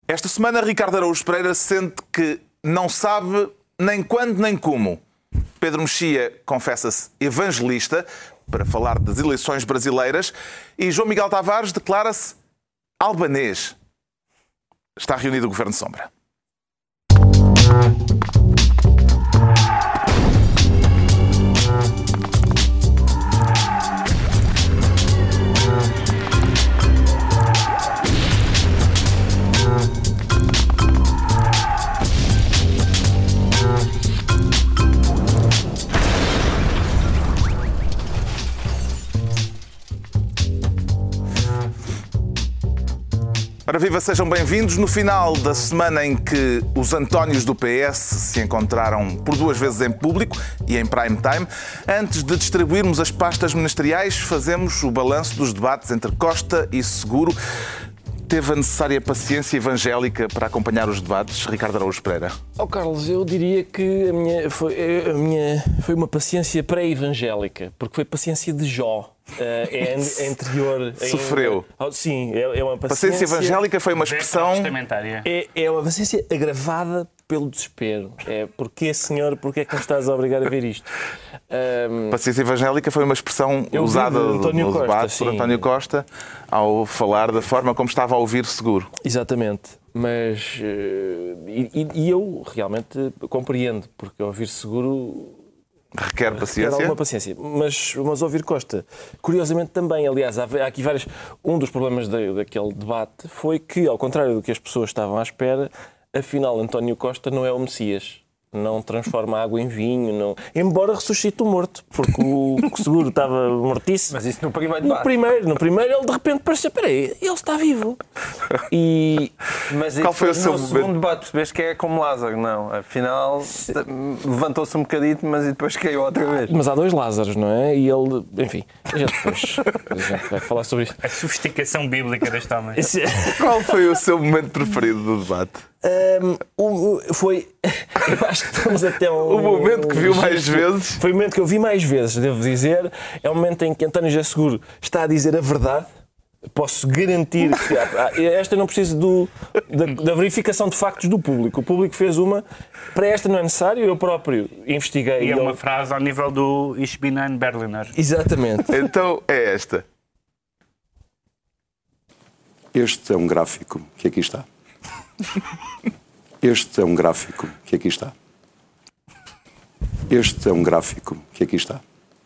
Esta semana, Ricardo Araújo Pereira sente que não sabe nem quando nem como. Pedro Mexia confessa-se evangelista para falar das eleições brasileiras e João Miguel Tavares declara-se albanês. Está reunido o Governo Sombra. Ora viva, sejam bem-vindos. No final da semana em que os Antónios do PS se encontraram por 2 vezes em público e em prime time, antes de distribuirmos as pastas ministeriais, fazemos o balanço dos debates entre Costa e Seguro. Teve a necessária paciência evangélica para acompanhar os debates, Ricardo Araújo Pereira? Carlos, eu diria que a minha foi uma paciência pré-evangélica, porque foi paciência de Jó. É anterior. Sofreu. Sim, é uma paciência. Paciência evangélica foi uma expressão. É uma paciência agravada pelo desespero. É porque, Senhor, porque é que me estás a obrigar a ver isto? Paciência evangélica foi uma expressão usada no debate por António Costa ao falar da forma como estava a ouvir Seguro. Exatamente. Mas. E eu realmente compreendo, porque ouvir Seguro. Requer paciência? Requer alguma paciência. Mas ouvir Costa, curiosamente também, aliás, há aqui vários... Um dos problemas daquele debate foi que, ao contrário do que as pessoas estavam à espera, afinal, António Costa não é o Messias. Não transforma água em vinho, não... Embora ressuscite o morto, porque o Seguro estava mortíssimo. Mas isso no primeiro debate. No primeiro ele de repente parecia, peraí, ele está vivo. Mas qual foi o seu segundo debate? Percebes que é como Lázaro? Não, afinal levantou-se um bocadito, mas depois caiu outra vez. Mas há 2 Lázaros, não é? E ele, enfim, a gente vai falar sobre isto. A sofisticação bíblica deste homem. Qual foi o seu momento preferido do debate? Foi. Eu acho que estamos até o momento que viu mais vezes. Foi o momento que eu vi mais vezes, devo dizer. É o momento em que António José Seguro está a dizer a verdade. Posso garantir que esta não precisa da verificação de factos do público. O público fez uma. Para esta não é necessário, eu próprio investiguei. E é uma frase ao nível do Ich bin ein Berliner. Exatamente. Então é esta. Este é um gráfico que aqui está. Este é um gráfico que aqui está. Este é um gráfico que aqui está.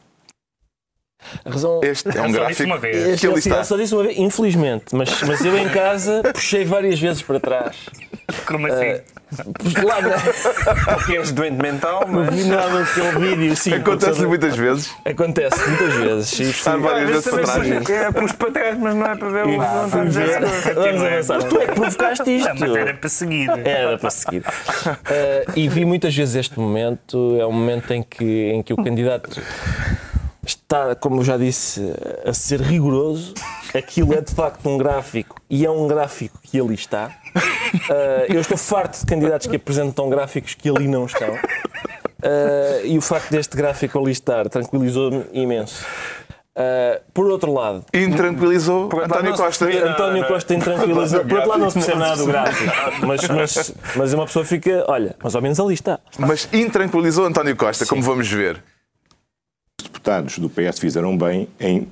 A razão... Este é um gráfico uma vez. que ele está. Só disse uma vez, infelizmente, mas eu em casa puxei várias vezes para trás. Como assim? Porque és doente mental, mas... Não vi nada daquele vídeo, sim. Acontece muitas vezes. Acontece muitas vezes. Está várias vezes para trás. É para os patés, mas não é para ver o Vamos avançar. Tu é que provocaste isto. Mas era para seguir. Era para seguir. E vi muitas vezes este momento. É um momento em que o candidato está, como eu já disse, a ser rigoroso. Aquilo é de facto um gráfico e é um gráfico que ali está. Eu estou farto de candidatos que apresentam gráficos que ali não estão. E o facto deste gráfico ali estar tranquilizou-me imenso. Por outro lado... Intranquilizou António Costa. António Costa intranquilizou. Por outro lado não se percebe nada do gráfico. Mas uma pessoa fica... Olha, mais ou menos ali está. Mas intranquilizou António Costa, como vamos ver. Os deputados do PS fizeram bem em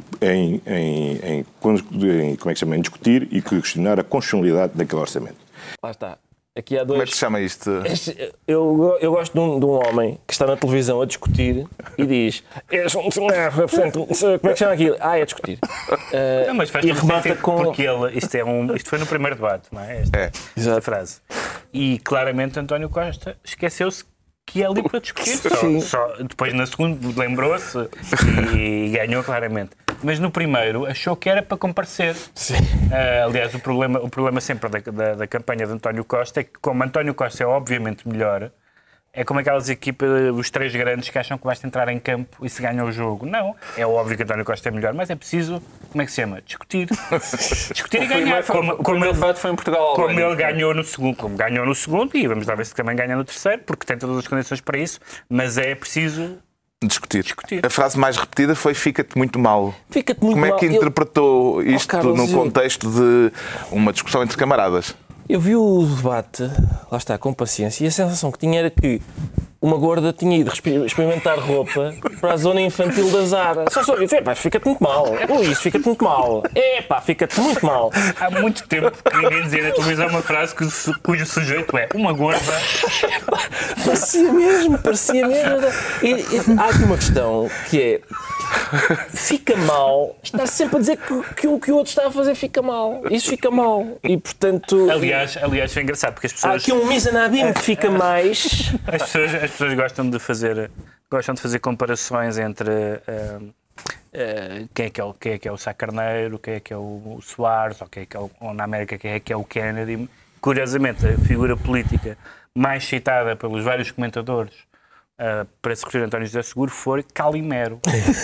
discutir e questionar a constitucionalidade daquele orçamento. Lá está. Aqui há 2... Como é que se chama isto? Eu gosto de um homem que está na televisão a discutir e diz como é que chama aquilo? É discutir. Não, mas faz e remata com... Porque isto foi no primeiro debate, não é? Esta frase. E claramente António Costa esqueceu-se que é ali para discutir. Só depois na segunda lembrou-se e ganhou claramente. Mas no primeiro achou que era para comparecer. Aliás, o problema sempre da campanha de António Costa é que, como António Costa é obviamente melhor, é como aquelas equipas, os 3 grandes que acham que basta entrar em campo e se ganha o jogo. Não, é óbvio que António Costa é melhor, mas é preciso, como é que se chama? Discutir. Discutir e ganhar. Como ele debate foi em Portugal. Como ele ganhou no segundo. Como ganhou no segundo, e vamos lá ver se também ganha no terceiro, porque tem todas as condições para isso, mas é preciso... Discutir. A frase mais repetida foi fica-te muito mal. Fica-te muito mal. Como é que interpretou isto Carlos, no contexto de uma discussão entre camaradas? Eu vi o debate, lá está, com paciência, e a sensação que tinha era que uma gorda tinha ido experimentar roupa para a zona infantil da Zara. Só disse, fica-te muito mal. Isso fica-te muito mal. Fica-te muito mal. Há muito tempo que ninguém dizia na televisão uma frase cujo sujeito é uma gorda. Parecia mesmo. E há aqui uma questão que é, fica mal, está sempre a dizer que o que o outro está a fazer fica mal. Isso fica mal. E, portanto... Aliás, foi engraçado, porque as pessoas... Há aqui um Mizanabim que fica mais... As pessoas gostam de fazer comparações entre quem é que é o Sá Carneiro, quem é que é o Soares, ou na América quem é que é o Kennedy. Curiosamente, a figura política mais citada pelos vários comentadores para se referir a António José Seguro foi Calimero.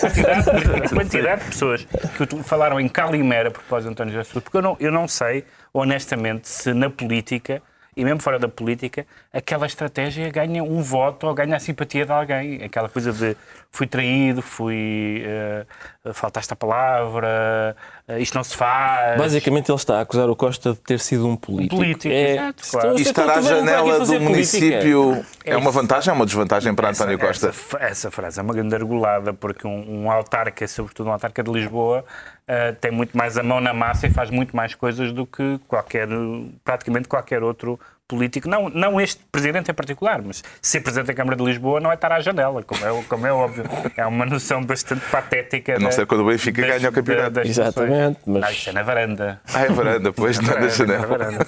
A quantidade de pessoas que falaram em Calimero a propósito de António José Seguro, porque eu não sei, honestamente, se na política, e mesmo fora da política, aquela estratégia ganha um voto ou ganha a simpatia de alguém. Aquela coisa de fui traído, faltaste a palavra, isto não se faz. Basicamente ele está a acusar o Costa de ter sido um político. Exato, claro. E estar à janela do município é uma vantagem ou uma desvantagem para António Costa? Essa frase é uma grande argolada, porque um autarca, sobretudo um autarca de Lisboa, tem muito mais a mão na massa e faz muito mais coisas do que praticamente qualquer outro político. Não este presidente em particular, mas ser presidente da Câmara de Lisboa não é estar à janela, como é óbvio. É uma noção bastante patética. A não ser quando o Benfica ganha o campeonato. Exatamente. Mas... isso é na varanda. É varanda, pois, não é na janela.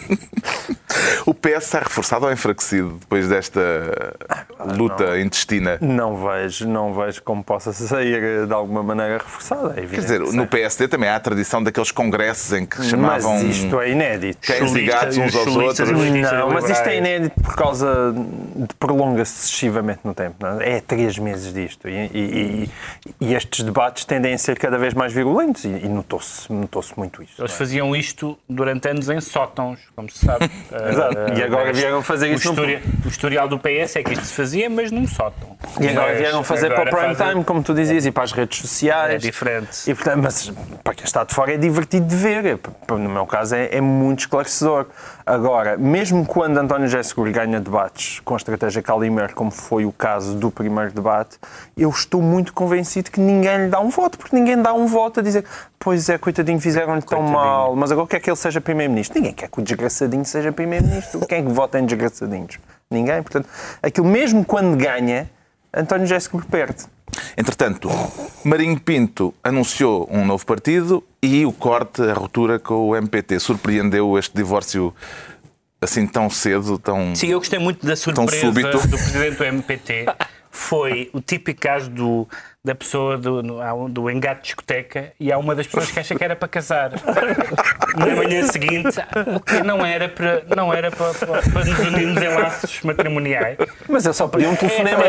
O PS está reforçado ou enfraquecido depois desta luta intestina? Não vejo como possa sair de alguma maneira reforçada. É, quer dizer, no PSD também há a tradição daqueles congressos em que chamavam... Mas isto é inédito. Cães e gatos uns aos outros. Não, mas isto é inédito por causa de prolonga-se excessivamente no tempo. Não? É 3 meses disto. E estes debates tendem a ser cada vez mais virulentos e notou-se muito isto. Eles faziam isto durante anos em sótãos, como se sabe. Exato. E agora vieram fazer isso. O historial do PS é que isto se fazia, mas num sótão. E agora vieram fazer para o prime time, como tu dizias, e para as redes sociais. É diferente. E, portanto, mas para quem está de fora é divertido de ver. No meu caso é muito esclarecedor. Agora, mesmo quando António José Seguro ganha debates com a estratégia Calimero, como foi o caso do primeiro debate, eu estou muito convencido que ninguém lhe dá um voto, porque ninguém dá um voto a dizer pois é, coitadinho, fizeram-lhe tão mal, mas agora quer que ele seja primeiro-ministro? Ninguém quer que o desgraçadinho seja primeiro-ministro. Quem é que vota em desgraçadinhos? Ninguém. Portanto, aquilo mesmo quando ganha, António José Seguro perde. Entretanto, Marinho Pinto anunciou um novo partido e o corte, a ruptura com o MPT. Surpreendeu este divórcio assim tão cedo, tão... Sim, eu gostei muito da surpresa do presidente do MPT. Foi o típico caso da pessoa do engate de discoteca, e há uma das pessoas que acha que era para casar. Na manhã seguinte, o que não era para nos unirmos em laços matrimoniais. Mas eu só pedi um telefonema.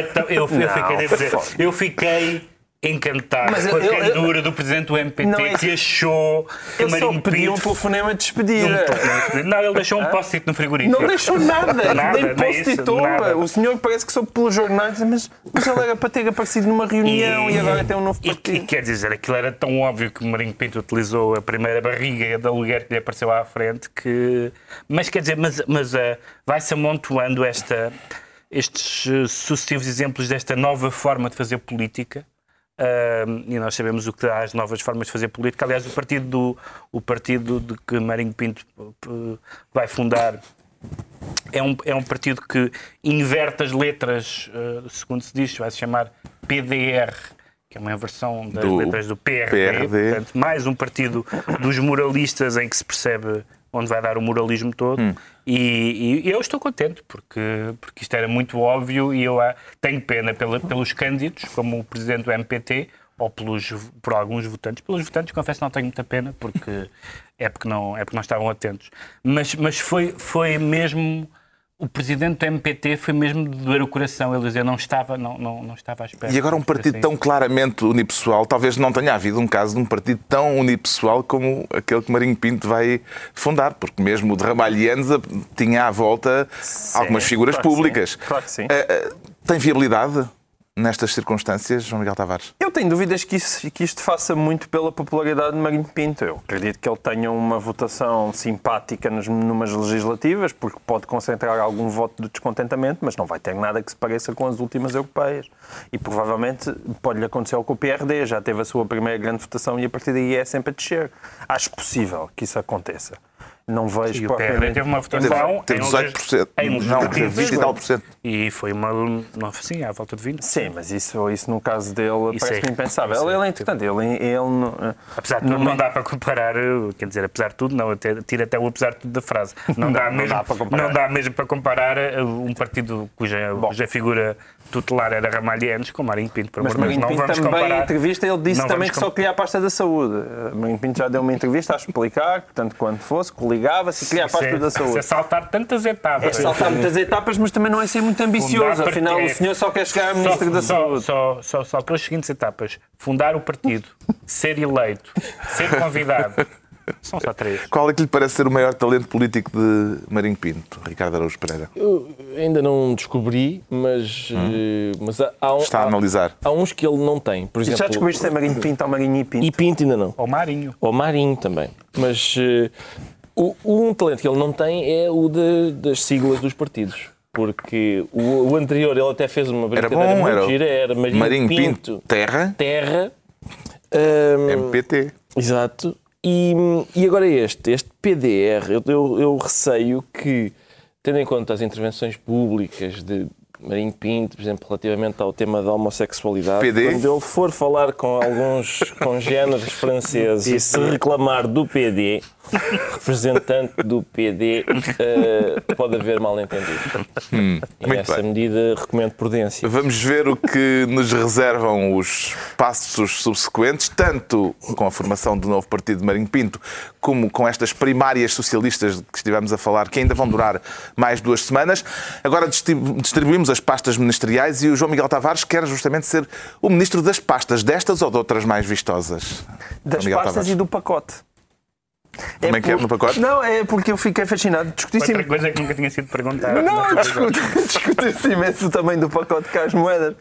Eu fiquei encantado com a candura do presidente do MPT, que achou que eu só pedi um telefonema de despedida. Não, ele deixou um post-it no frigorífico. Não deixou nada, nem post-itou. O senhor parece que soube pelos jornais, mas ele era para ter aparecido numa reunião e agora tem um novo partido. E quer dizer, aquilo era tão óbvio que o Marinho Pinto utilizou a primeira barriga da mulher que lhe apareceu à frente que... Mas quer dizer, vai-se amontoando estes sucessivos exemplos desta nova forma de fazer política. E nós sabemos o que dá as novas formas de fazer política. Aliás, o partido de que Marinho Pinto vai fundar é um partido que inverte as letras, segundo se diz, vai se chamar PDR, que é uma versão das letras do PRD. Portanto, mais um partido dos moralistas em que se percebe onde vai dar o moralismo todo. E eu estou contente, porque isto era muito óbvio, e eu tenho pena pelos cândidatos, como o presidente do MPT, ou por alguns votantes. Pelos votantes, confesso que não tenho muita pena, porque não estavam atentos. Mas foi mesmo... O presidente do MPT foi mesmo de doer o coração. Ele dizia, não estava à espera. E agora um partido assim. tão claramente unipessoal, talvez não tenha havido um caso de um partido tão unipessoal como aquele que Marinho Pinto vai fundar, porque mesmo o de Ramalhianza tinha à volta algumas figuras públicas. Claro que sim. Tem viabilidade nestas circunstâncias, João Miguel Tavares? Eu tenho dúvidas que isto faça muito pela popularidade de Marinho Pinto. Eu acredito que ele tenha uma votação simpática numas legislativas, porque pode concentrar algum voto de descontentamento, mas não vai ter nada que se pareça com as últimas europeias. E provavelmente pode-lhe acontecer com o PRD, já teve a sua primeira grande votação e a partir daí é sempre a descer. Acho possível que isso aconteça. Não vejo propriamente. Teve uma votação teve 18%. Não, teve 20 e tal por cento. E foi sim, à volta de 20%. Sim, mas isso no caso dele parece-me impensável. Ele é interessante. Apesar de tudo, não dá para comparar, quer dizer, apesar de tudo, não, tira até o apesar de tudo da frase. Não dá mesmo para comparar um partido cuja figura tutelar era Ramalhianos com Marinho Pinto. Mas Marinho Pinto também, em entrevista, ele disse também que só queria a pasta da saúde. Marinho Pinto já deu uma entrevista a explicar, tanto quanto fosse, ligava-se e queria a pasta da saúde. É saltar tantas etapas. É saltar muitas etapas, mas também não é ser muito ambicioso. Afinal, o senhor só quer chegar a Ministro da Saúde. Só saltou as seguintes etapas. Fundar o partido, ser eleito, ser convidado. São só 3. Qual é que lhe parece ser o maior talento político de Marinho Pinto, Ricardo Araújo Pereira? Eu ainda não descobri, mas há está a analisar. Há uns que ele não tem. Por exemplo, já descobriste se é Marinho Pinto ou Marinho e Pinto? E Pinto ainda não. Ou Marinho. Ou Marinho também. Mas um talento que ele não tem é o das siglas dos partidos. Porque o anterior, ele até fez uma brincadeira muito gira, era Marinho Pinto Terra. MPT. Exato. E agora este PDR, eu receio que, tendo em conta as intervenções públicas de Marinho Pinto, por exemplo, relativamente ao tema da homossexualidade, quando ele for falar com alguns congéneres franceses e se reclamar do PD, representante do PD, pode haver mal-entendido. E nessa medida recomendo prudência. Vamos ver o que nos reservam os passos subsequentes, tanto com a formação do novo partido de Marinho Pinto, como com estas primárias socialistas de que estivemos a falar, que ainda vão durar mais 2 semanas. Agora distribuímos as pastas ministeriais e o João Miguel Tavares quer justamente ser o ministro das pastas, destas ou de outras mais vistosas? Das pastas e do pacote. Também quer no pacote? Não, é porque eu fiquei fascinado. Outra coisa que nunca tinha sido perguntada. Não, discute-se imenso também do pacote com as moedas.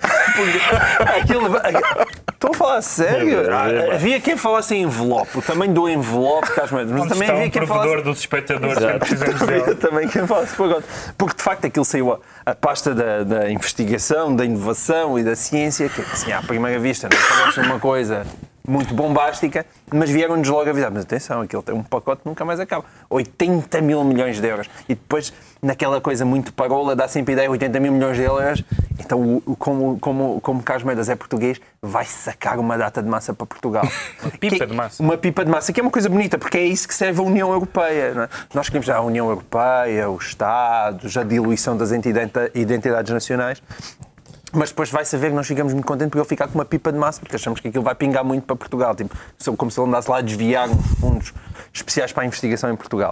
Estou a falar a sério? Havia quem falasse em envelope, o tamanho do envelope com as moedas. Mas também havia quem falasse... provedor dos espectadores que precisamos dele. Também quem falasse pacote. Porque de facto aquilo saiu a pasta da investigação, da inovação e da ciência, que assim, à primeira vista não parece uma coisa muito bombástica, mas vieram-nos logo avisar. Mas atenção, aquilo tem um pacote que nunca mais acaba. 80 mil milhões de euros. E depois, naquela coisa muito parola, dá sempre ideia, 80 mil milhões de euros. Então, como Carlos Moedas é português, vai sacar uma data de massa para Portugal. Uma pipa de massa. Uma pipa de massa, que é uma coisa bonita, porque é isso que serve a União Europeia. Não é? Nós queremos já a União Europeia, os Estados, a diluição das identidades nacionais. Mas depois vai saber que nós ficamos muito contentes porque ele fica com uma pipa de massa, porque achamos que aquilo vai pingar muito para Portugal. Tipo, como se ele andasse lá a desviar uns fundos especiais para a investigação em Portugal.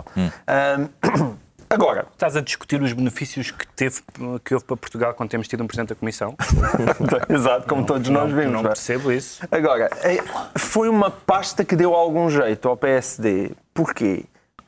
Agora... Estás a discutir os benefícios que houve para Portugal quando temos tido um Presidente da Comissão? Exato, como todos nós vimos. Não percebo isso. Agora, foi uma pasta que deu algum jeito ao PSD. Porquê?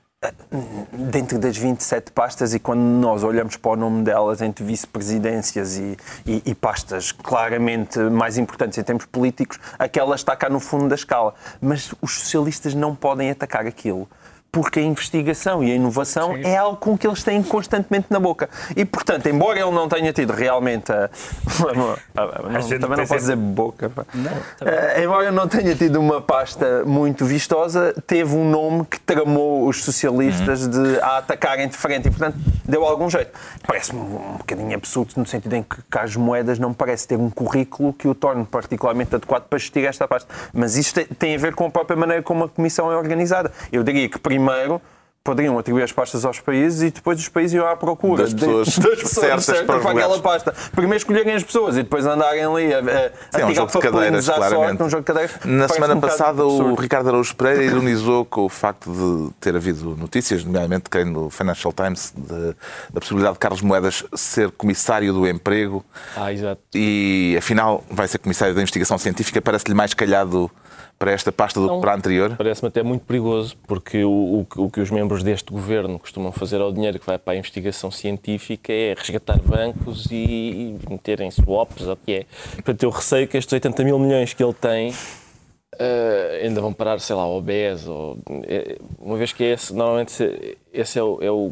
Dentro das 27 pastas, e quando nós olhamos para o nome delas entre vice-presidências e pastas claramente mais importantes em termos políticos, aquela está cá no fundo da escala. Mas os socialistas não podem atacar aquilo, porque a investigação e a inovação é algo com que eles têm constantemente na boca. E, portanto, embora ele não tenha tido realmente também não posso dizer boca. Embora ele não tenha tido uma pasta muito vistosa, teve um nome que tramou os socialistas a atacarem de frente e, portanto, deu algum jeito. Parece-me um bocadinho absurdo no sentido em que Carlos Moedas não parece ter um currículo que o torne particularmente adequado para gestir esta pasta. Mas isto tem a ver com a própria maneira como a Comissão é organizada. Eu diria que primeiro poderiam atribuir as pastas aos países e depois os países iam à procura das pessoas certas para aquela pasta. Primeiro escolherem as pessoas e depois andarem ali a tirar papelinhos à sorte, um jogo de cadeiras. Na semana passada o Ricardo Araújo Pereira ironizou com o facto de ter havido notícias, nomeadamente creio no Financial Times, da possibilidade de Carlos Moedas ser comissário do emprego. Exato. E afinal vai ser comissário da investigação científica. Parece-lhe mais calhado para esta pasta do que para a anterior? Parece-me até muito perigoso, porque o que os membros deste governo costumam fazer ao dinheiro que vai para a investigação científica é resgatar bancos e meterem swaps, ou o que é. Portanto, eu receio que estes 80 mil milhões que ele tem ainda vão parar, sei lá, ao BES, uma vez que normalmente esse é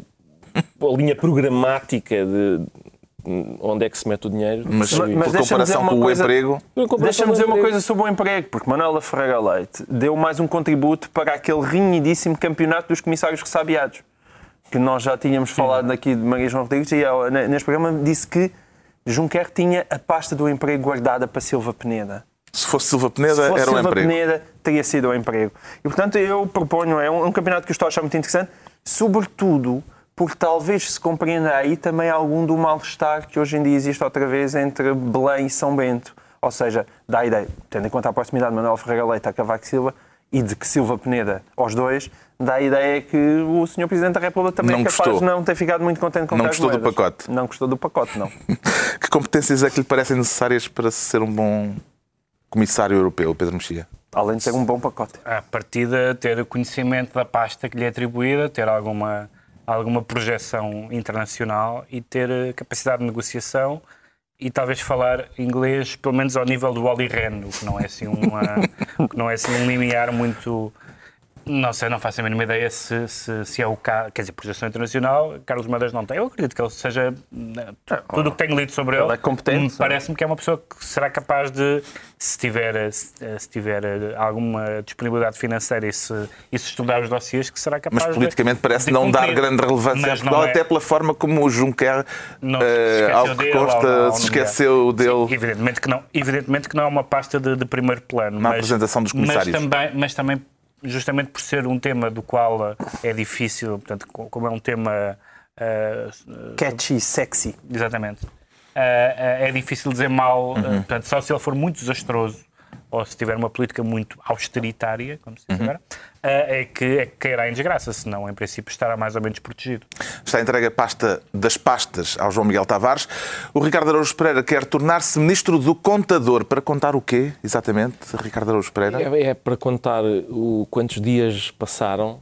a linha programática de onde é que se mete o dinheiro. Mas por comparação com o emprego... Deixa-me dizer uma coisa sobre o emprego, porque Manuela Ferreira Leite deu mais um contributo para aquele renhidíssimo campeonato dos comissários ressabiados, que nós já tínhamos falado aqui de Maria João Rodrigues, e ela, neste programa, disse que Junquer tinha a pasta do emprego guardada para Silva Peneda. Se fosse Silva Peneda, era o emprego. Silva Peneda, teria sido o emprego. E, portanto, eu proponho, é um campeonato que eu estou a achar muito interessante, sobretudo porque talvez se compreenda aí também algum do mal-estar que hoje em dia existe outra vez entre Belém e São Bento. Ou seja, dá a ideia, tendo em conta a proximidade de Manuel Ferreira Leite a Cavaco Silva e de que Silva Peneda aos dois, dá a ideia que o Sr. Presidente da República também não é capaz gostou. de não ter ficado muito contente com Não as gostou do moedas. pacote? Não gostou do pacote, não. Que competências é que lhe parecem necessárias para ser um bom comissário europeu, Pedro Mexia? Além de ser um bom pacote. À partida, ter conhecimento da pasta que lhe é atribuída, ter alguma projeção internacional e ter capacidade de negociação e talvez falar inglês, pelo menos ao nível do Olli Rehn, o que não é assim um limiar muito... Não sei, não faço a mínima ideia se é o caso. Quer dizer, projeção internacional, Carlos Moedas não tem. Eu acredito que ele seja... Tudo o que tenho lido sobre ele é competente. Parece-me que é uma pessoa que será capaz de, se tiver alguma disponibilidade financeira e se estudar os dossiês, que será capaz Mas politicamente parece de não dar cumprir. grande relevância a Mas Portugal, não é. até pela forma como o Junquer, ao que consta, se esqueceu dele. Sim, evidentemente que não é uma pasta de primeiro plano. Na apresentação dos comissários. Mas também, justamente por ser um tema do qual é difícil, portanto, como é um tema... Catchy, sexy. Exatamente. É difícil dizer mal, portanto, só se ele for muito desastroso ou se tiver uma política muito austeritária, como se diz agora, é que cairá em desgraça, senão, em princípio, estará mais ou menos protegido. Está entregue a pasta das pastas ao João Miguel Tavares. O Ricardo Araújo Pereira quer tornar-se ministro do contador. Para contar o quê, exatamente, Ricardo Araújo Pereira? É para contar quantos dias passaram,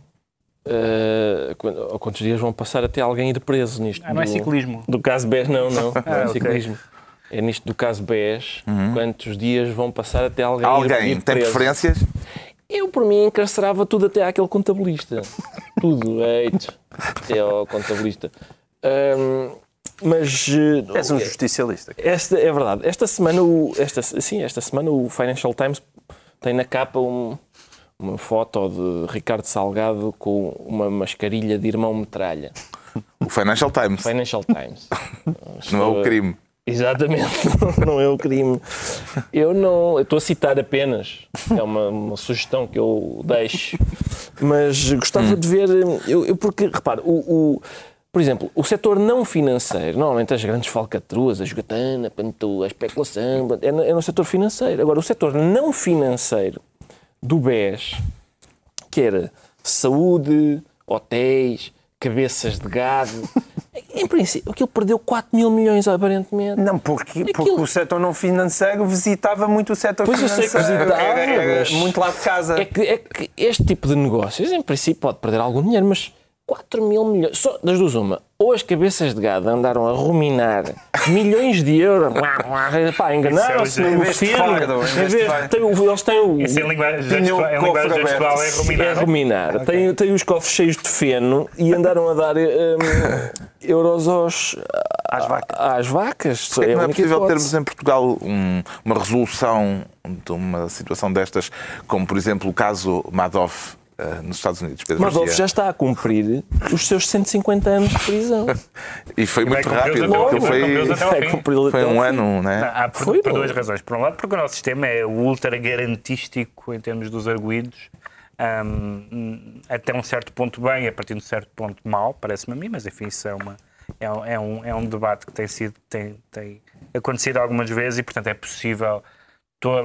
quantos dias vão passar até alguém ir preso nisto. Não é ciclismo. Do caso BES, não é ciclismo. Okay. É nisto do caso BES, quantos dias vão passar até alguém ir preso. Tem preferências? Eu, por mim, encarcerava tudo até àquele contabilista. Tudo, até ao contabilista. Mas... És um justicialista. Esta é verdade. Esta semana o Financial Times tem na capa uma foto de Ricardo Salgado com uma mascarilha de irmão metralha. O Financial Times. Financial Times. Não é o crime. Exatamente, não é o crime. Eu estou a citar apenas, é uma sugestão que eu deixo, mas gostava de ver, porque, repare, por exemplo, o setor não financeiro, normalmente as grandes falcatruas, a jogatana, a especulação, é no setor financeiro. Agora, o setor não financeiro do BES, que era saúde, hotéis, cabeças de gado... Em princípio, aquilo perdeu 4 mil milhões, aparentemente. Não, porque o setor não financeiro visitava muito o setor financeiro. Pois eu sei que visitava, era muito lá de casa. É que este tipo de negócios, em princípio, pode perder algum dinheiro, mas 4 mil milhões... Só das duas uma. Ou as cabeças de gado andaram a ruminar milhões de euros. Pá, enganaram-se no governo. Eles têm o... Isso em linguagem gestual é ruminar. É ruminar. Okay. Tem os cofres cheios de feno e andaram a dar euros às vacas. Porque não é possível termos em Portugal uma resolução de uma situação destas, como, por exemplo, o caso Madoff nos Estados Unidos? Pedro Madoff Mexia já está a cumprir os seus 150 anos de prisão. E foi muito rápido. Foi um ano, não é? Por duas razões. Por um lado, porque o nosso sistema é ultra garantístico em termos dos arguidos, até um certo ponto bem, a partir de um certo ponto mal, parece-me a mim, mas enfim, isso é um debate que tem acontecido algumas vezes e, portanto, é possível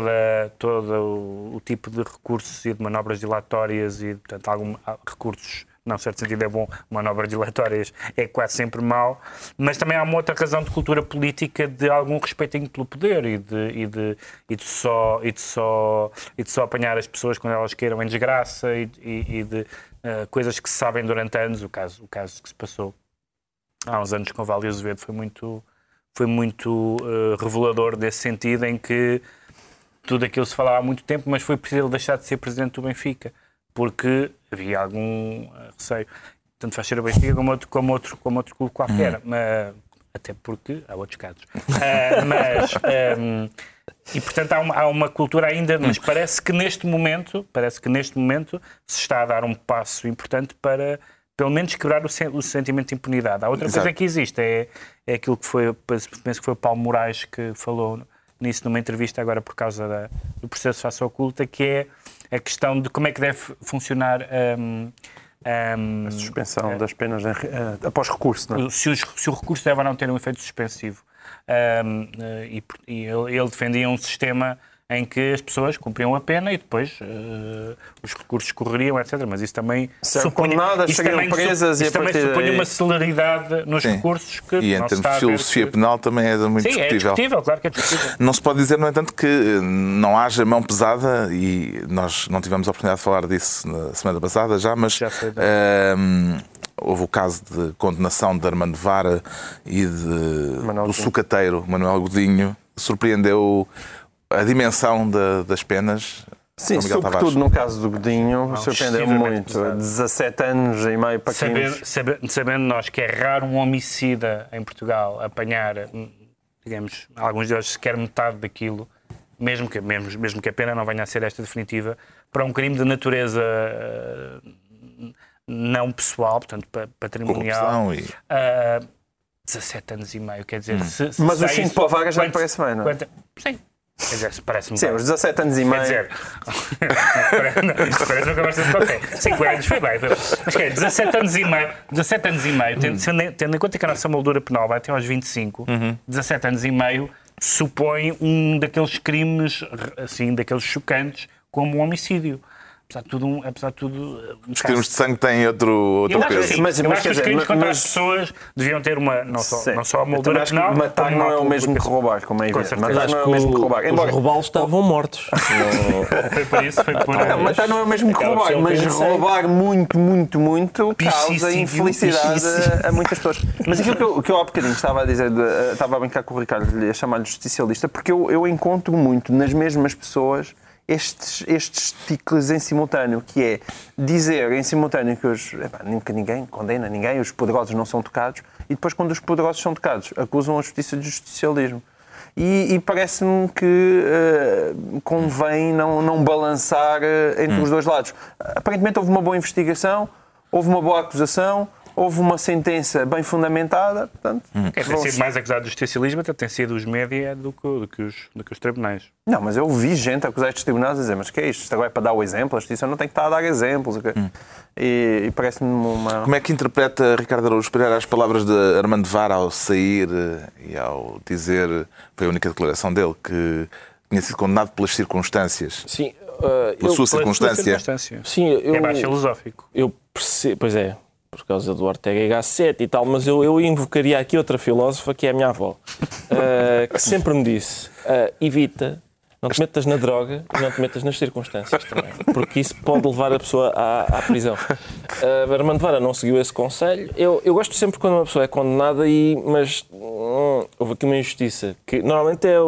todo o tipo de recursos e de manobras dilatórias e, portanto, recursos num certo sentido é bom, manobras dilatórias é quase sempre mau, mas também há uma outra razão de cultura política de algum respeitinho pelo poder e de só apanhar as pessoas quando elas queiram em desgraça e de coisas que se sabem durante anos. O caso que se passou há uns anos com o Vale Azevedo foi muito revelador desse sentido, em que tudo aquilo se falava há muito tempo, mas foi preciso ele deixar de ser presidente do Benfica, porque havia algum receio. Tanto faz ser o Benfica como outro clube qualquer, mas, até porque há outros casos. E, portanto, há uma cultura ainda, mas parece que neste momento se está a dar um passo importante para, pelo menos, quebrar o sentimento de impunidade. Há outra coisa que existe, é aquilo que penso que foi o Paulo Moraes que falou nisso numa entrevista agora por causa do processo face oculta, que é a questão de como é que deve funcionar a suspensão das penas após recurso. Não é? Se o recurso deve ou não ter um efeito suspensivo. E ele defendia um sistema em que as pessoas cumpriam a pena e depois os recursos correriam, etc. Mas isso também supunha uma celeridade nos recursos que e em termos de filosofia penal também é muito discutível. É discutível, claro que é discutível. Não se pode dizer, no entanto, que não haja mão pesada, e nós não tivemos a oportunidade de falar disso na semana passada mas houve o caso de condenação de Armando Vara e do sucateiro Manuel Godinho. Surpreendeu a dimensão das penas. Sim, sobretudo no caso do Godinho, surpreendeu-me muito. 17 anos e meio para sabendo nós que é raro um homicida em Portugal apanhar, digamos, alguns deles sequer metade daquilo, mesmo que a pena não venha a ser esta definitiva, para um crime de natureza não pessoal, portanto patrimonial. 17 anos e meio, quer dizer... Mas os 5 para a vaga já me parece bem, não é? Sim. Quer dizer, parece-me sim, os 17 anos e meio. Quer dizer, parece uma conversa de qualquer. 5 anos foi bem. Mas que é, 17 anos e meio, tendo em conta que a nossa moldura penal vai até aos 25, 17 anos e meio supõe um daqueles crimes, assim, daqueles chocantes, como um homicídio. Apesar de tudo os crimes de sangue têm outro peso. Mas eu acho que os crimes contra as pessoas deviam ter uma... Não só a moldura penal... Matar não é o mesmo que roubar, como é evidente. Matar não é o mesmo que roubar. Os roubalos estavam mortos. Foi por isso. Matar não é o mesmo que roubar, mas roubar muito causa infelicidade a muitas pessoas. Mas aquilo que eu há bocadinho estava a dizer, estava a brincar com o Ricardo, a chamar-lhe justicialista, porque eu encontro muito nas mesmas pessoas estes ticles em simultâneo, que é dizer em simultâneo que nunca ninguém condena ninguém, os poderosos não são tocados, e depois, quando os poderosos são tocados, acusam a justiça de justicialismo. E parece-me que convém não balançar entre os dois lados. Aparentemente houve uma boa investigação, houve uma boa acusação, houve uma sentença bem fundamentada. Portanto, quem tem sido mais acusado de justicialismo até tem sido os média do que os tribunais. Não, mas eu vi gente acusar estes tribunais a dizer, mas que é isto? Isto agora é para dar o exemplo? A justiça não tem que estar a dar exemplos. E parece-me uma... Como é que interpreta Ricardo Araújo Pereira as palavras de Armando Vara ao sair e ao dizer, foi a única declaração dele, que tinha sido condenado pelas circunstâncias? Sim. Pela sua circunstância. Sim, é mais filosófico. Eu percebo, pois é, por causa do Ortega y Gasset e tal, mas eu invocaria aqui outra filósofa, que é a minha avó, que sempre me disse, evita, não te metas na droga e não te metas nas circunstâncias também, porque isso pode levar a pessoa à prisão. Armando Vara não seguiu esse conselho. Eu gosto sempre quando uma pessoa é condenada, mas houve aqui uma injustiça, que normalmente é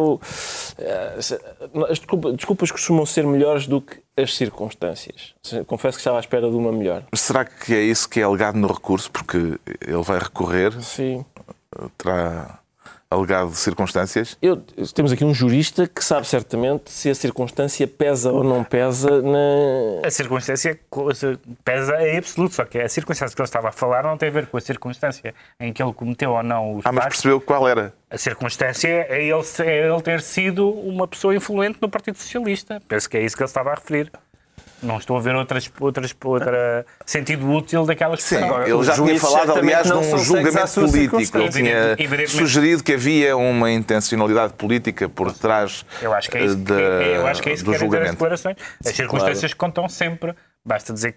as desculpas costumam ser melhores do que as circunstâncias. Confesso que estava à espera de uma melhor. Será que é isso que é alegado no recurso? Porque ele vai recorrer? Sim. Terá alegado circunstâncias? Temos aqui um jurista que sabe certamente se a circunstância pesa ou não pesa na... A circunstância pesa em absoluto, só que a circunstância que ele estava a falar não tem a ver com a circunstância em que ele cometeu ou não os mas percebeu qual era? A circunstância é ele ter sido uma pessoa influente no Partido Socialista. Penso que é isso que ele estava a referir. Não estou a ver outro sentido útil daquelas pessoas. Sim, ele já tinha falado, aliás, num julgamento político. Ele tinha sugerido que havia uma intencionalidade política por trás eu acho que é isso que do julgamento. Declarações. As circunstâncias contam sempre Basta dizer que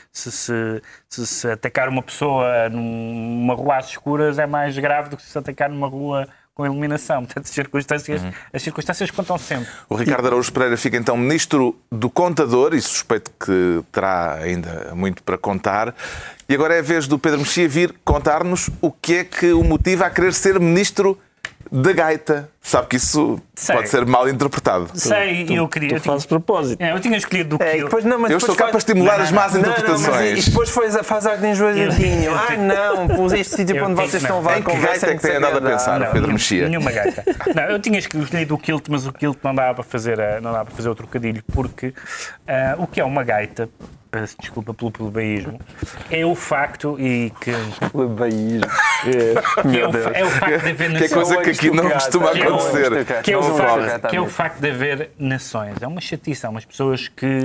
se atacar uma pessoa numa rua às escuras é mais grave do que se atacar numa rua com iluminação. Portanto, as circunstâncias contam sempre. O Ricardo Araújo Pereira fica então Ministro do Contador e suspeito que terá ainda muito para contar. E agora é a vez do Pedro Mexia vir contar-nos o que é que o motiva a querer ser Ministro da gaita. Sabe que isso pode ser mal interpretado. Tu fazes propósito. Eu tinha escolhido o que eu estou cá para estimular as más interpretações. E depois faz algo de enjoadinho. Pus este sítio onde vocês estão a levar a conversa. Em que gaita é que tem andado a pensar, Pedro Mexia? Nenhuma gaita. Não, eu tinha escolhido o kilt, mas o kilt não dava para fazer o trocadilho, porque o que é uma gaita, peço desculpa pelo plebeísmo, é o facto Plebeísmo. É o facto de haver nações. Que é coisa que aqui não costuma acontecer. Que é o facto de haver nações. É uma chatice. Há umas pessoas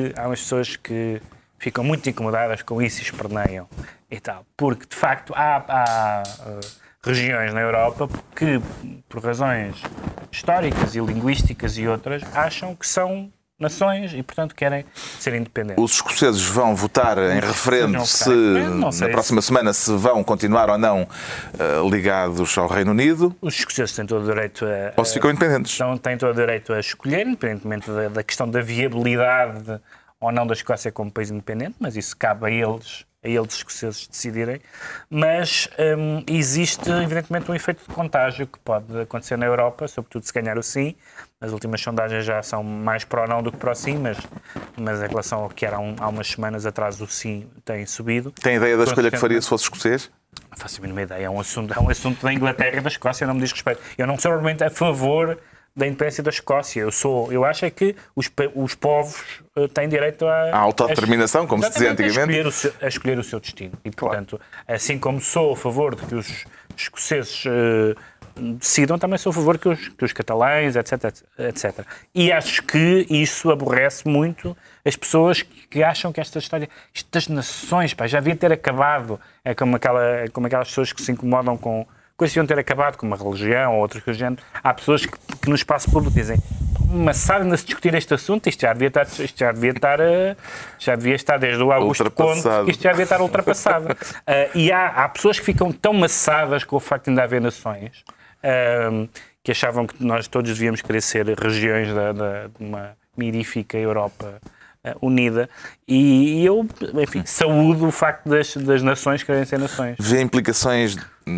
que ficam muito incomodadas com isso e esperneiam e tal. Porque, de facto, há regiões na Europa que, por razões históricas e linguísticas e outras, acham que são nações e, portanto, querem ser independentes. Os escoceses vão votar em referendo na próxima semana se vão continuar ou não ligados ao Reino Unido. Os escoceses têm todo o direito a... Ou se ficam independentes. Têm todo o direito a escolher, independentemente da questão da viabilidade ou não da Escócia como país independente, mas isso cabe a eles escoceses decidirem. Mas existe, evidentemente, um efeito de contágio que pode acontecer na Europa, sobretudo se ganhar o sim. As últimas sondagens já são mais para o não do que para o sim, mas em relação ao que era há umas semanas atrás, o sim tem subido. Tem ideia da escolha que faria se fosse escocês? Não faço a mínima ideia. É um assunto da Inglaterra e da Escócia, não me diz respeito. Eu não sou realmente a favor da independência da Escócia. Eu acho é que os povos têm direito à autodeterminação, como se dizia antigamente. A escolher o seu destino. E, portanto, assim como sou a favor de que os escoceses decidam, também sou a favor que os catalães, etc. E acho que isso aborrece muito as pessoas que acham que esta história, isto das nações, já devia ter acabado. É como aquelas pessoas que se incomodam com coisas que deviam ter acabado, como a religião ou outras coisas. Há pessoas que no espaço público dizem: mas sabe se discutir este assunto, isto já devia estar desde o Augusto Conde, que isto já devia estar ultrapassado. E há pessoas que ficam tão maçadas com o facto de ainda haver nações, que achavam que nós todos devíamos querer ser regiões de uma mirífica Europa unida, e eu, enfim, saúdo o facto das nações quererem ser nações. Vê implicações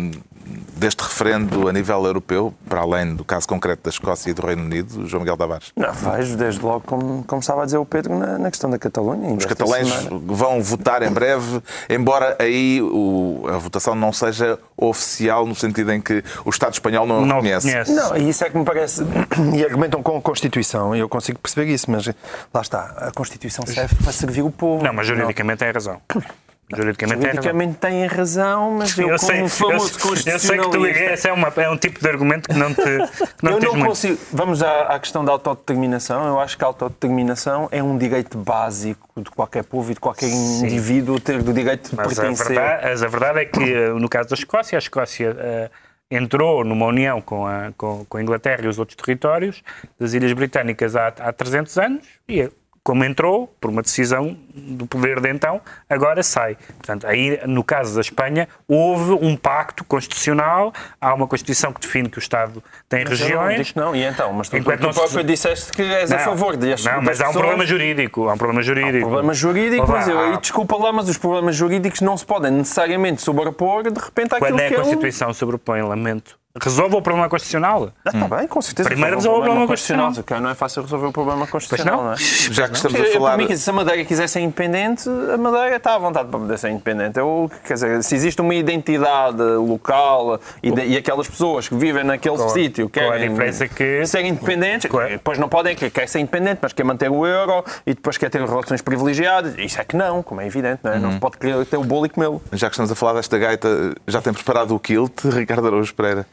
deste referendo a nível europeu, para além do caso concreto da Escócia e do Reino Unido, João Miguel Tavares? Não, vejo desde logo, como estava a dizer o Pedro, na questão da Catalunha. Os catalães vão votar em breve, embora aí a votação não seja oficial, no sentido em que o Estado espanhol não a reconhece. Não, e isso é que me parece, e argumentam com a Constituição, e eu consigo perceber isso, mas lá está, a Constituição serve para servir o povo. Não, mas juridicamente tem razão. Juridicamente têm razão, mas eu como famoso constitucionalista... Eu sei que tu esse é um tipo de argumento que não te eu não consigo. Vamos à questão da autodeterminação. Eu acho que a autodeterminação é um direito básico de qualquer povo e de qualquer indivíduo ter o direito de pertencer. Mas a verdade é que, no caso da Escócia, a Escócia entrou numa união com a Inglaterra e os outros territórios das Ilhas Britânicas há 300 anos e como entrou, por uma decisão do poder de então, agora sai. Portanto, aí, no caso da Espanha, houve um pacto constitucional, há uma Constituição que define que o Estado tem regiões. Não, e então? Mas tu próprio disseste que és a favor deste. Não, mas há um problema jurídico. Há um problema jurídico. Mas aí, desculpa lá, mas os problemas jurídicos não se podem necessariamente sobrepor, de repente, àquilo que é... Quando a Constituição sobrepõe, lamento. Resolva o problema constitucional. Está bem, com certeza. Primeiro resolve o problema constitucional. Não é fácil resolver o problema constitucional, não é? Já que estamos a falar... Para mim, se a Madeira quiser ser independente, a Madeira está à vontade para poder ser independente. Quer dizer, se existe uma identidade local e aquelas pessoas que vivem naquele sítio querem ser independentes, depois não podem, quer ser independente, mas quer manter o euro e depois quer ter relações privilegiadas. Isso é que não, como é evidente, não é? Não se pode querer ter o bolo e comê-lo. Já que estamos a falar desta gaita, já tem preparado o kilt, Ricardo Araújo Pereira?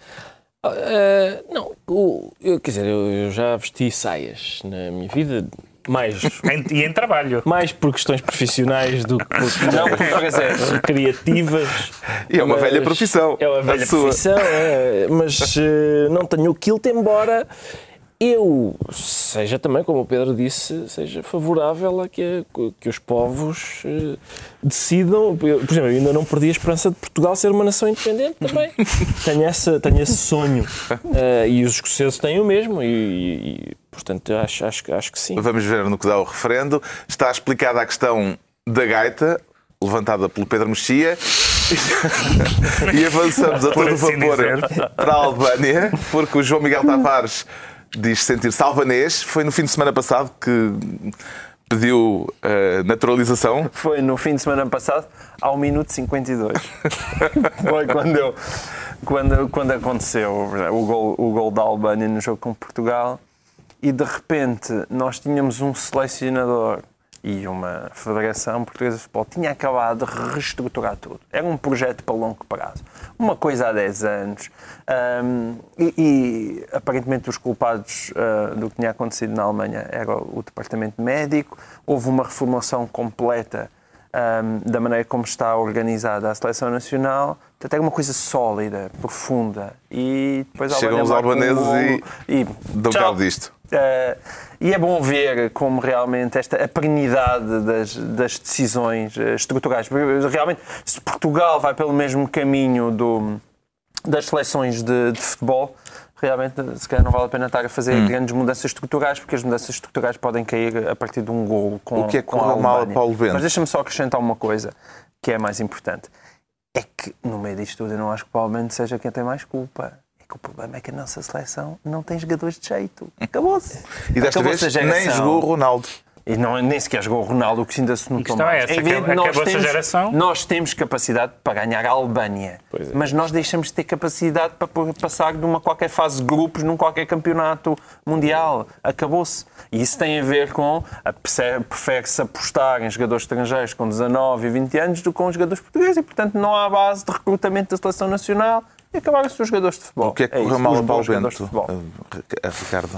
Eu já vesti saias na minha vida, mais... E em trabalho. Mais por questões profissionais do que por questões criativas. E é uma velha profissão. É uma velha profissão, mas não tenho o kilt, embora eu seja também, como o Pedro disse, seja favorável a que os povos decidam. Por exemplo, eu ainda não perdi a esperança de Portugal ser uma nação independente também. tenho esse sonho. E os escoceses têm o mesmo e portanto, acho que sim. Vamos ver no que dá o referendo. Está explicada a questão da gaita, levantada pelo Pedro Mexia. E avançamos a todo vapor para a Albânia, porque o João Miguel Tavares diz sentir-se albanês. Foi no fim de semana passado que pediu naturalização. Foi no fim de semana passado, ao minuto 52. Foi quando aconteceu o gol da Albânia no jogo com Portugal. E de repente nós tínhamos um selecionador e uma Federação Portuguesa de Futebol tinha acabado de reestruturar tudo. Era um projeto para longo prazo. Uma coisa há 10 anos. E aparentemente os culpados do que tinha acontecido na Alemanha era o departamento médico. Houve uma reformulação completa da maneira como está organizada a seleção nacional. Portanto, era uma coisa sólida, profunda. E depois chegam os albaneses e dão cabo disto. E é bom ver como realmente a perenidade das decisões estruturais. Realmente, se Portugal vai pelo mesmo caminho das seleções de futebol, realmente se calhar não vale a pena estar a fazer grandes mudanças estruturais, porque as mudanças estruturais podem cair a partir de um golo com o que é que correu mal a Paulo Bento? Mas deixa-me só acrescentar uma coisa que é mais importante. É que no meio disto tudo eu não acho que o Paulo Bento seja quem tem mais culpa. O problema é que a nossa seleção não tem jogadores de jeito. Acabou-se. E desta vez nem jogou o Ronaldo. E nem sequer jogou o Ronaldo, o que ainda se notou mais. É evidente nós temos capacidade para ganhar a Albânia, mas nós deixamos de ter capacidade para passar de uma qualquer fase de grupos num qualquer campeonato mundial. Acabou-se. E isso tem a ver com prefere-se apostar em jogadores estrangeiros com 19 e 20 anos do que com os jogadores portugueses. E, portanto, não há base de recrutamento da seleção nacional. E acabaram-se os jogadores de futebol. O que é que correu mal a Paulo Bento, Ricardo?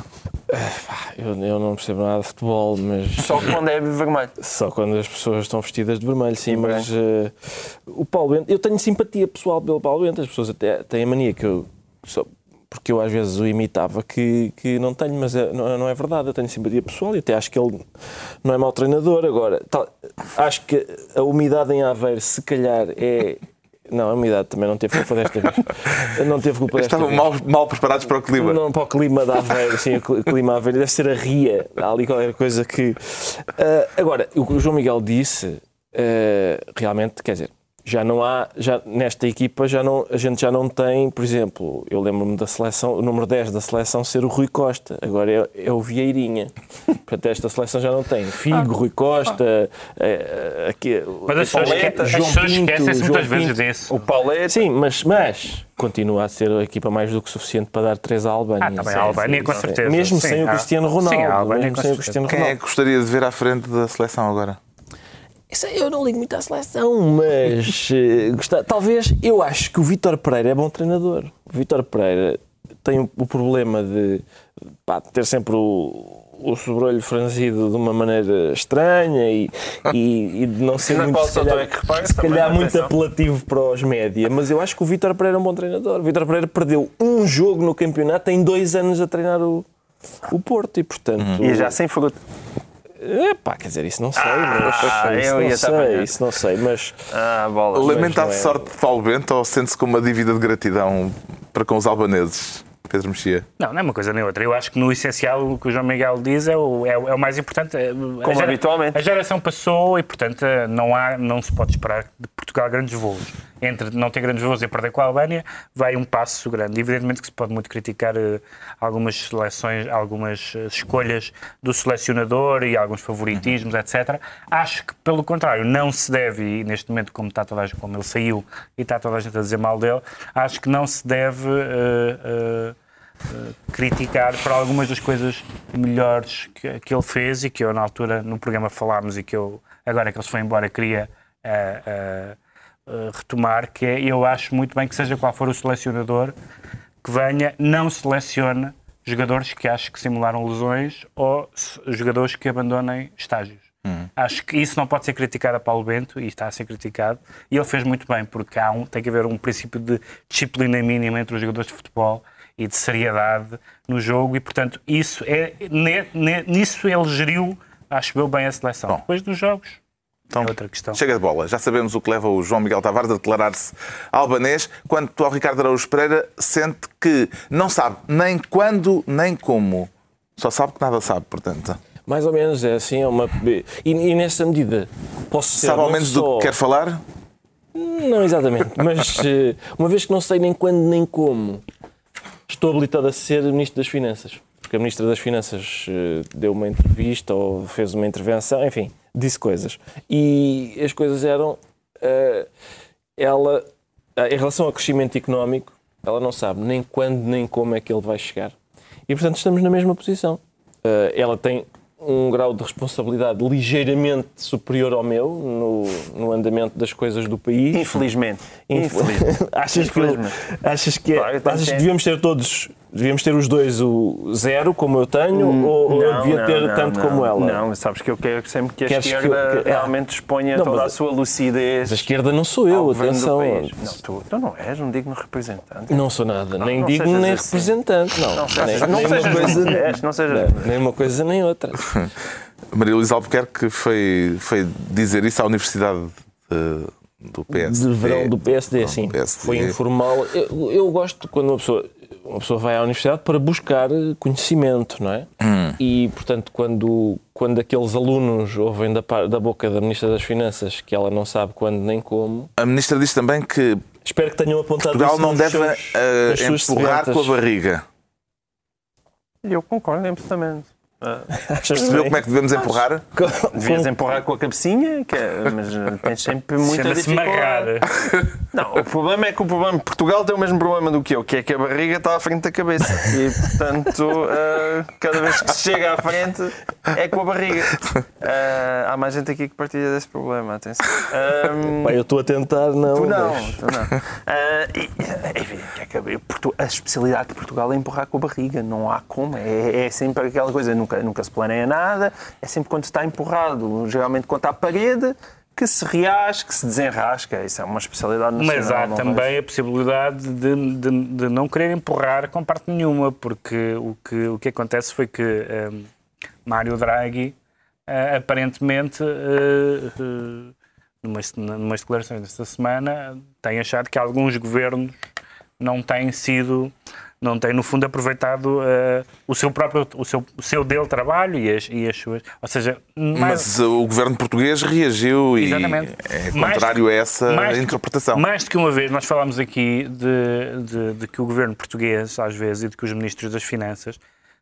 Eu não percebo nada de futebol, mas... Só quando é vermelho. Só quando as pessoas estão vestidas de vermelho, sim, mas o Paulo Bento... Eu tenho simpatia pessoal pelo Paulo Bento, as pessoas até têm a mania que eu... Porque eu às vezes o imitava, que não tenho, mas não é verdade, eu tenho simpatia pessoal e até acho que ele não é mau treinador. Agora, acho que a umidade em Aveiro, se calhar, é... Não, a umidade também não teve culpa desta vez. Não teve culpa desta vez. Estavam mal preparados para o clima. Não, para o clima da Aveiro, sim, o clima Aveiro. Deve ser a ria. Há ali qualquer coisa que... Agora, o que o João Miguel disse, realmente, quer dizer, nesta equipa a gente já não tem, por exemplo, eu lembro-me da seleção, o número 10 da seleção ser o Rui Costa, agora é o Vieirinha. Portanto, esta seleção já não tem Figo, Rui Costa, mas as pessoas esquecem-se muitas vezes desse. O Paulete. Sim, mas continua a ser a equipa mais do que suficiente para dar 3 à Albânia. Também a Albânia, com certeza. Mesmo sem o Cristiano Ronaldo. Sim, a Albânia, com certeza. Quem é que gostaria de ver à frente da seleção agora? Eu não ligo muito à seleção, mas talvez, eu acho que o Vítor Pereira é bom treinador. O Vítor Pereira tem o problema de ter sempre o sobrolho franzido de uma maneira estranha e de não ser muito, se calhar muito apelativo para os média, mas eu acho que o Vítor Pereira é um bom treinador. O Vítor Pereira perdeu um jogo no campeonato, tem 2 anos a treinar o Porto e, portanto... E já sem fruto. Quer dizer, isso não sei, isso não sei, mas... Lamenta a sorte de Paulo Bento ou sente-se com uma dívida de gratidão para com os albaneses? Pedro Mexia. Não é uma coisa nem outra. Eu acho que no essencial o que o João Miguel diz é o mais importante. Como habitualmente. A geração passou e, portanto, não se pode esperar de Portugal grandes voos. Entre não ter grandes voos e perder com a Albânia, vai um passo grande. Evidentemente que se pode muito criticar algumas seleções, algumas escolhas do selecionador e alguns favoritismos, etc. Acho que, pelo contrário, não se deve, e neste momento, como ele saiu e está toda a gente a dizer mal dele, acho que não se deve criticar por algumas das coisas melhores que ele fez e que eu, na altura, no programa falámos e que eu, agora que ele se foi embora, queria retomar, que é, eu acho muito bem que seja qual for o selecionador que venha, não selecione jogadores que acho que simularam lesões ou jogadores que abandonem estágios. Acho que isso não pode ser criticado a Paulo Bento, e está a ser criticado, e ele fez muito bem, porque tem que haver um princípio de disciplina mínima entre os jogadores de futebol, e de seriedade no jogo e, portanto, nisso ele geriu, acho eu, bem a seleção. Bom. Depois dos jogos, Então, é outra questão. chega de bola. Já sabemos o que leva o João Miguel Tavares a declarar-se albanês. Quanto ao Ricardo Araújo Pereira, sente que não sabe nem quando, nem como. Só sabe que nada sabe, portanto. Mais ou menos, é assim. E nessa medida, posso ser. Sabe ao menos do que quer falar? Não exatamente, mas uma vez que não sei nem quando nem como, estou habilitado a ser Ministro das Finanças. Porque a Ministra das Finanças deu uma entrevista ou fez uma intervenção, enfim, disse coisas. E as coisas eram... ela, em relação ao crescimento económico, ela não sabe nem quando nem como é que ele vai chegar. E, portanto, estamos na mesma posição. Ela tem um grau de responsabilidade ligeiramente superior ao meu no andamento das coisas do país. Infelizmente. Achas que devíamos ter os dois o 0, como eu tenho, ou devia ter tanto como ela? Não, sabes que eu quero sempre que a esquerda realmente exponha toda a sua lucidez. Mas a esquerda não sou eu, atenção. Não, tu não és um digno representante. Não sou nada, nem digno nem representante. Não sejas nem uma coisa nem outra. Maria Luísa Albuquerque foi dizer isso à Universidade do PSD. De verão do PSD, sim. Foi informal. Eu gosto quando uma pessoa vai à universidade para buscar conhecimento, não é? E, portanto, quando aqueles alunos ouvem da boca da Ministra das Finanças que ela não sabe quando nem como... A Ministra diz também que espero que tenham apontado Portugal não deve empurrar secretas. com a barriga. Eu concordo absolutamente. Percebeu como é que devemos empurrar? Devias empurrar com a cabecinha, mas tens sempre muita dificuldade. Não, o problema é que Portugal tem o mesmo problema do que eu, que é que a barriga está à frente da cabeça. E, portanto, cada vez que se chega à frente é com a barriga. Há mais gente aqui que partilha desse problema, atenção. Eu estou a tentar, não. Tu não. A especialidade de Portugal é empurrar com a barriga, não há como. É sempre aquela coisa, nunca se planeia nada, é sempre quando está empurrado, geralmente contra a parede, que se reage, que se desenrasca. Isso é uma especialidade nacional. Mas há também a possibilidade de não querer empurrar com parte nenhuma, porque o que acontece foi que Mário Draghi, aparentemente, numas declarações desta semana, tem achado que alguns governos não têm, no fundo, aproveitado o seu dele trabalho e as suas... Ou seja, mas o governo português reagiu exatamente. E é contrário a essa interpretação. Mais do que uma vez, nós falámos aqui de que o governo português, às vezes, e de que os ministros das Finanças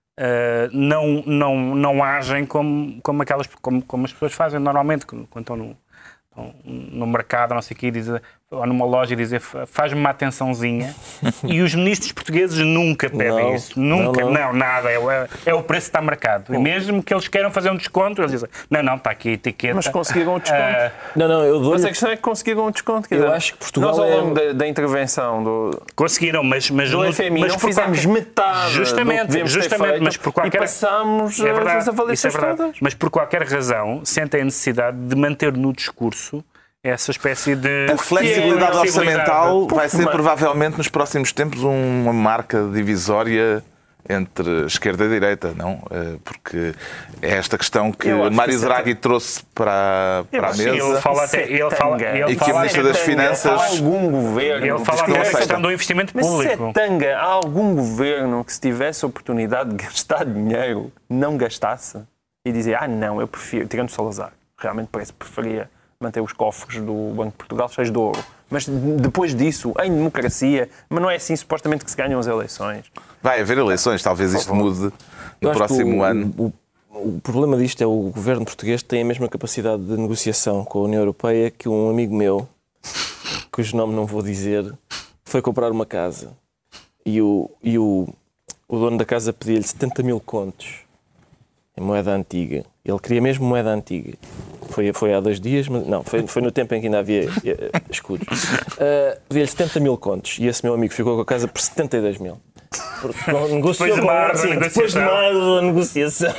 não agem como as pessoas fazem normalmente, quando estão no mercado, não sei o quê, ou numa loja, e dizer faz-me uma atençãozinha. E os ministros portugueses nunca pedem isso. Nunca. Não, nada. É o preço que está marcado. E mesmo que eles queiram fazer um desconto, eles dizem, não, está aqui a etiqueta. Mas conseguiram o desconto. Mas a questão é que conseguiram o desconto. Eu acho que Portugal nós, ao longo da intervenção conseguiram, mas do FMI, não fizemos metade justamente, mas por qualquer... E passámos as avaliações todas. Mas por qualquer razão, sentem a necessidade de manter no discurso essa espécie de... A flexibilidade orçamental vai ser provavelmente nos próximos tempos uma marca divisória entre esquerda e direita, não? Porque é esta questão que Mário Draghi trouxe para a mesa. Ele fala e que a Ministra das Finanças... Algum governo... Ele fala da questão do investimento público. Mas se é tanga, há algum governo que, se tivesse a oportunidade de gastar dinheiro, não gastasse? E dizia, não, eu prefiro... Tirando Salazar, realmente parece que preferia manter os cofres do Banco de Portugal cheios de ouro. Mas depois disso, em democracia, mas não é assim supostamente que se ganham as eleições. Vai haver eleições, talvez isto mude no próximo ano. O problema disto é o governo português tem a mesma capacidade de negociação com a União Europeia que um amigo meu, cujo nome não vou dizer, foi comprar uma casa e o dono da casa pedia-lhe 70 mil contos em moeda antiga. Ele queria mesmo moeda antiga. Foi há 2 dias, mas não, foi no tempo em que ainda havia escudos. Pedia-lhe 70 mil contos e esse meu amigo ficou com a casa por 72 mil. porque negociou Depois de com uma árdua depois de uma árdua negociação.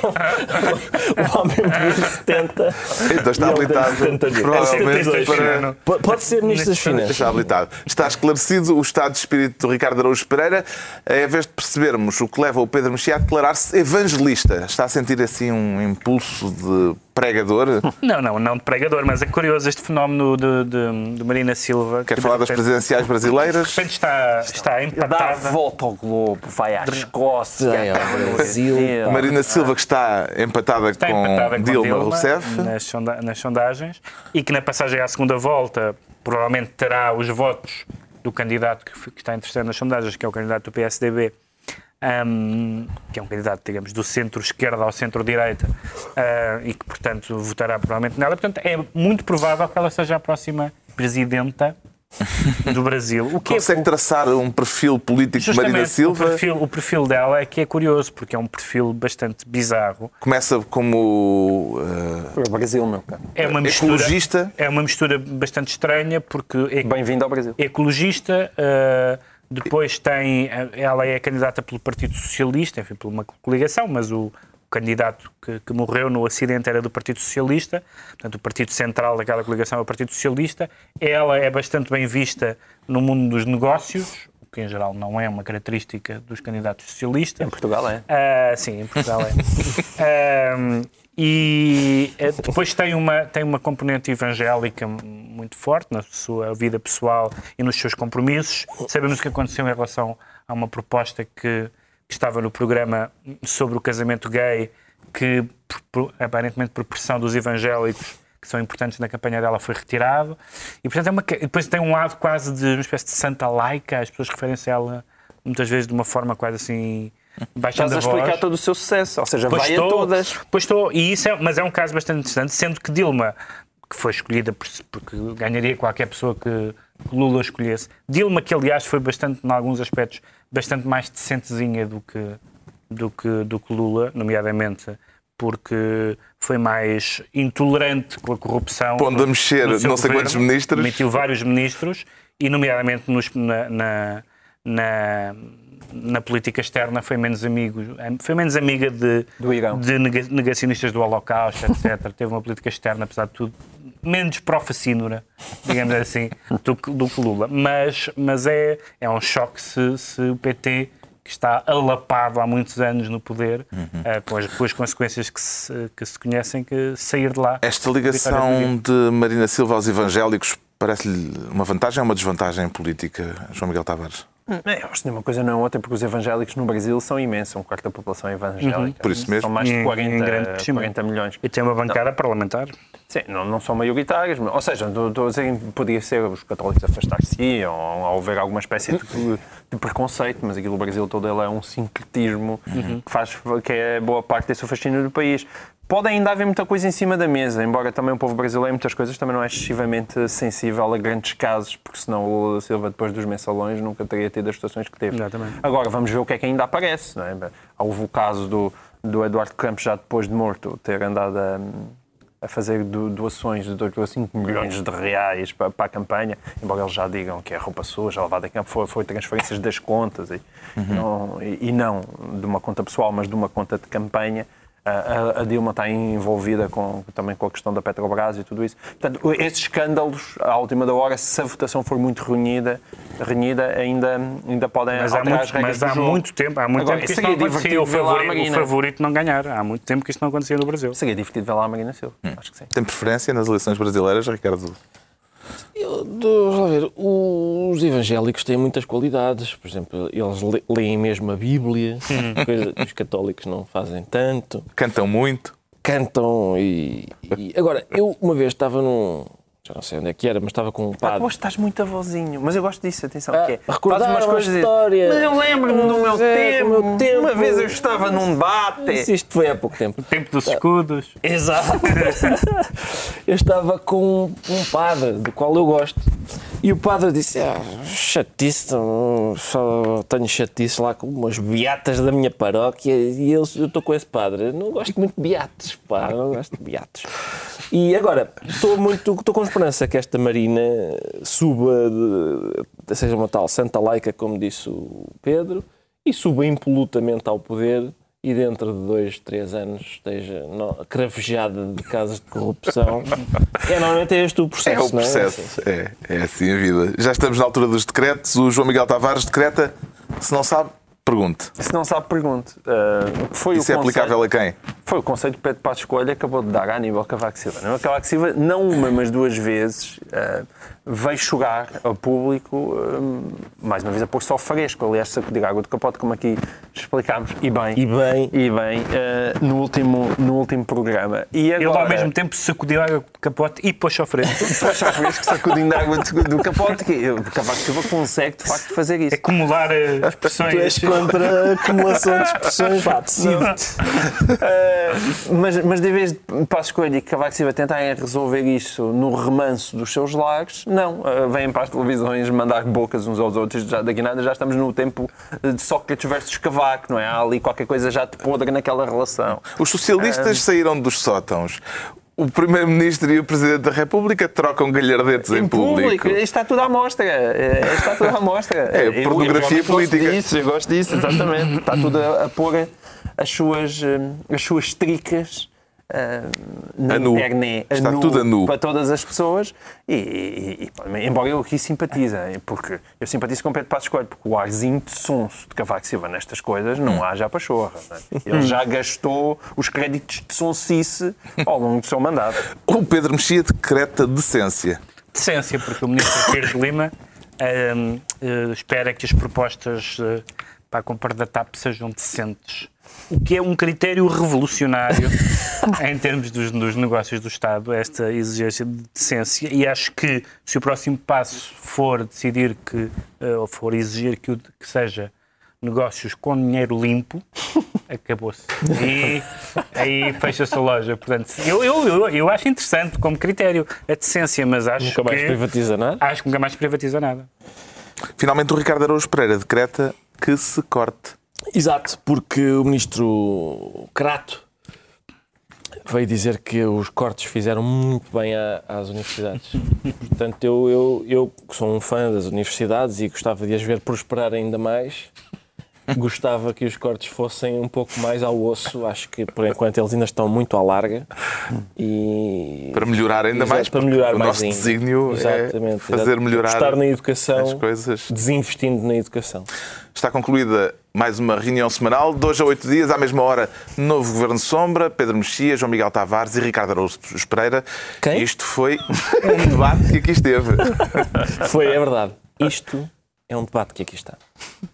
O homem de 70. Então está habilitado. Provavelmente para. Pode ser Ministro das Finanças. Está habilitado. Está esclarecido o estado de espírito do Ricardo Araújo Pereira. É a vez de percebermos o que leva o Pedro Mexia a declarar-se evangelista. Está a sentir assim um impulso de pregador? Não de pregador, mas é curioso este fenómeno de Marina Silva. Quer falar das presidenciais brasileiras? De repente está Dá a empatada. volta ao globo, vai à Escócia, ao Brasil. Marina Silva, que está empatada com Dilma Rousseff. Nas sondagens, e que na passagem à segunda volta provavelmente terá os votos do candidato que está em terceiro nas sondagens, que é o candidato do PSDB, que é um candidato, digamos, do centro-esquerda ao centro-direita, e que, portanto, votará provavelmente nela. Portanto, é muito provável que ela seja a próxima presidenta do Brasil. O que consegue traçar um perfil político de Marina Silva? O perfil dela é que é curioso, porque é um perfil bastante bizarro. Começa como o Brasil, meu cara. É uma mistura, ecologista. É uma mistura bastante estranha, porque bem-vindo ao Brasil. Ecologista, depois ela é candidata pelo Partido Socialista, enfim, por uma coligação, mas o candidato que morreu no acidente era do Partido Socialista, portanto o partido central daquela coligação é o Partido Socialista. Ela é bastante bem vista no mundo dos negócios, o que em geral não é uma característica dos candidatos socialistas. Em Portugal é. Sim, em Portugal é. E depois tem uma componente evangélica muito forte na sua vida pessoal e nos seus compromissos. Sabemos o que aconteceu em relação a uma proposta que estava no programa sobre o casamento gay, que aparentemente por pressão dos evangélicos, que são importantes na campanha dela, foi retirado. E portanto depois tem um lado quase de uma espécie de santa laica, as pessoas referem-se a ela muitas vezes de uma forma quase assim baixando a voz. Estás a explicar todo o seu sucesso, ou seja, vai a todas. Pois estou, mas é um caso bastante interessante, sendo que Dilma, que foi escolhida porque ganharia qualquer pessoa que Lula escolhesse. Dilma, que aliás foi bastante, em alguns aspectos, bastante mais decentezinha do que Lula, nomeadamente porque foi mais intolerante com a corrupção. Pondo a mexer não sei quantos ministros. Demitiu vários ministros e, nomeadamente, na política externa foi menos amiga de negacionistas do Holocausto, etc. Teve uma política externa, apesar de tudo, menos pró-facínora, digamos assim, do que Lula. Mas é um choque se o PT, que está alapado há muitos anos no poder, com as consequências que se conhecem, que sair de lá. Esta ligação de Marina Silva aos evangélicos parece-lhe uma vantagem ou uma desvantagem política, João Miguel Tavares? Eu acho que uma coisa não é outra, porque os evangélicos no Brasil são imensos, um quarto da população é evangélica. Por isso mesmo. São mais de 40 milhões. E tem uma bancada parlamentar. Sim, não são maioritários, ou seja, estou a dizer que podia ser os católicos afastar-se ou haver alguma espécie de preconceito, mas aquilo, o Brasil todo ele é um sincretismo que é boa parte desse fascínio do país. Pode ainda haver muita coisa em cima da mesa, embora também o povo brasileiro, muitas coisas, também não é excessivamente sensível a grandes casos, porque senão o Lula da Silva, depois dos mensalões, nunca teria tido as situações que teve. Exatamente. Agora, vamos ver o que é que ainda aparece. Não é? Houve o caso do Eduardo Campos, já depois de morto, ter andado a fazer doações de 5 milhões de reais para a campanha, embora eles já digam que é roupa suja, lavada em campo, foi transferências das contas e não de uma conta pessoal, mas de uma conta de campanha. A Dilma está envolvida também com a questão da Petrobras e tudo isso. Portanto, esses escândalos, à última da hora, se a votação for muito renhida ainda podem alterar as regras do jogo. Há muito tempo que isto não acontecia. O favorito não ganhar. Há muito tempo que isto não acontecia no Brasil. Seria divertido ver lá a Marina Silva. Acho que sim. Tem preferência nas eleições brasileiras, Ricardo? Os evangélicos têm muitas qualidades. Por exemplo, eles leem mesmo a Bíblia, coisa que os católicos não fazem tanto. Cantam muito. Cantam e... Agora, eu uma vez estava num... Já não sei onde é que era, mas estava com um padre. Hoje estás muito avozinho, mas eu gosto disso, atenção. Que é, recordar umas coisas história. Mas eu lembro-me do meu tempo. Uma vez eu estava num debate. Isto foi há pouco tempo. O tempo dos escudos. Exato. Eu estava com um padre, do qual eu gosto. E o padre disse, chatice, só tenho chatice lá com umas beatas da minha paróquia. E eu estou com esse padre. Eu não gosto muito de beatos, pá, não gosto de beatos. E agora, estou com esperança que esta Marina suba, seja uma tal santa laica, como disse o Pedro, e suba impolutamente ao poder e dentro de 2, 3 anos esteja cravejada de casos de corrupção. Normalmente é este o processo, É o processo. Não é? É assim a vida. Já estamos na altura dos decretos. O João Miguel Tavares decreta, se não sabe, pergunte. Se não sabe, pergunte. Isso é aplicável a quem? Foi o conselho que Pedro Passos Coelho acabou de dar a Aníbal Cavaco Silva. Aníbal Cavaco Silva, não uma, mas 2 vezes, veio chorar ao público, mais uma vez a pôr-se ao fresco, aliás, sacudir a água do capote, como aqui explicámos, e bem, no último programa. E agora, ele ao mesmo tempo sacudiu a água do capote e pôs-se ao fresco. Pôs-se ao fresco, sacudindo a água do capote, que o Cavaco Silva consegue, de facto, fazer isso. Acumular expressões. Tu és contra a acumulação de expressões, decide-te. Mas de vez de Passos Coelho e Cavaco Silva tentarem resolver isso no remanso dos seus lares, não. Vêm para as televisões mandar bocas uns aos outros. Já, daqui a nada já estamos no tempo de Sócrates versus Cavaco, não é? Há ali qualquer coisa já de podre naquela relação. Os socialistas saíram dos sótãos. O Primeiro-Ministro e o Presidente da República trocam galhardetes em público. Está tudo à mostra. É pornografia política. Eu gosto disso, exatamente. Está tudo a pôr as suas tricas na internet. Está tudo a nu. Para todas as pessoas. E embora eu aqui simpatize, porque eu simpatizo com Pedro Passos Coelho, porque o arzinho de sonso de Cavaco Silva nestas coisas não há já pachorra. Ele já gastou os créditos de sonsice ao longo do seu mandato. O Pedro Mexia decreta decência. Decência, porque o Ministro Pires de Lima espera que as propostas para a compra da TAP sejam decentes. O que é um critério revolucionário em termos dos negócios do Estado, esta exigência de decência, e acho que se o próximo passo for decidir ou for exigir que seja negócios com dinheiro limpo, acabou-se. E aí fecha-se a loja. Portanto, eu acho interessante como critério a decência, mas acho nunca mais privatiza nada? Acho que nunca mais privatiza nada. Finalmente o Ricardo Araújo Pereira decreta que se corte. Exato, porque o Ministro Crato veio dizer que os cortes fizeram muito bem às universidades. Portanto, eu que sou um fã das universidades e gostava de as ver prosperar ainda mais, gostava que os cortes fossem um pouco mais ao osso. Acho que, por enquanto, eles ainda estão muito à larga. E para melhorar ainda mais, para melhorar o mais nosso ainda. desígnio é fazer melhorar estar na educação, as coisas. Desinvestindo na educação. Está concluída mais uma reunião semanal, 2 a 8 dias, à mesma hora, novo Governo Sombra, Pedro Mexia, João Miguel Tavares e Ricardo Araújo Pereira. Quem? Isto foi um debate que aqui esteve. É verdade. Isto é um debate que aqui está.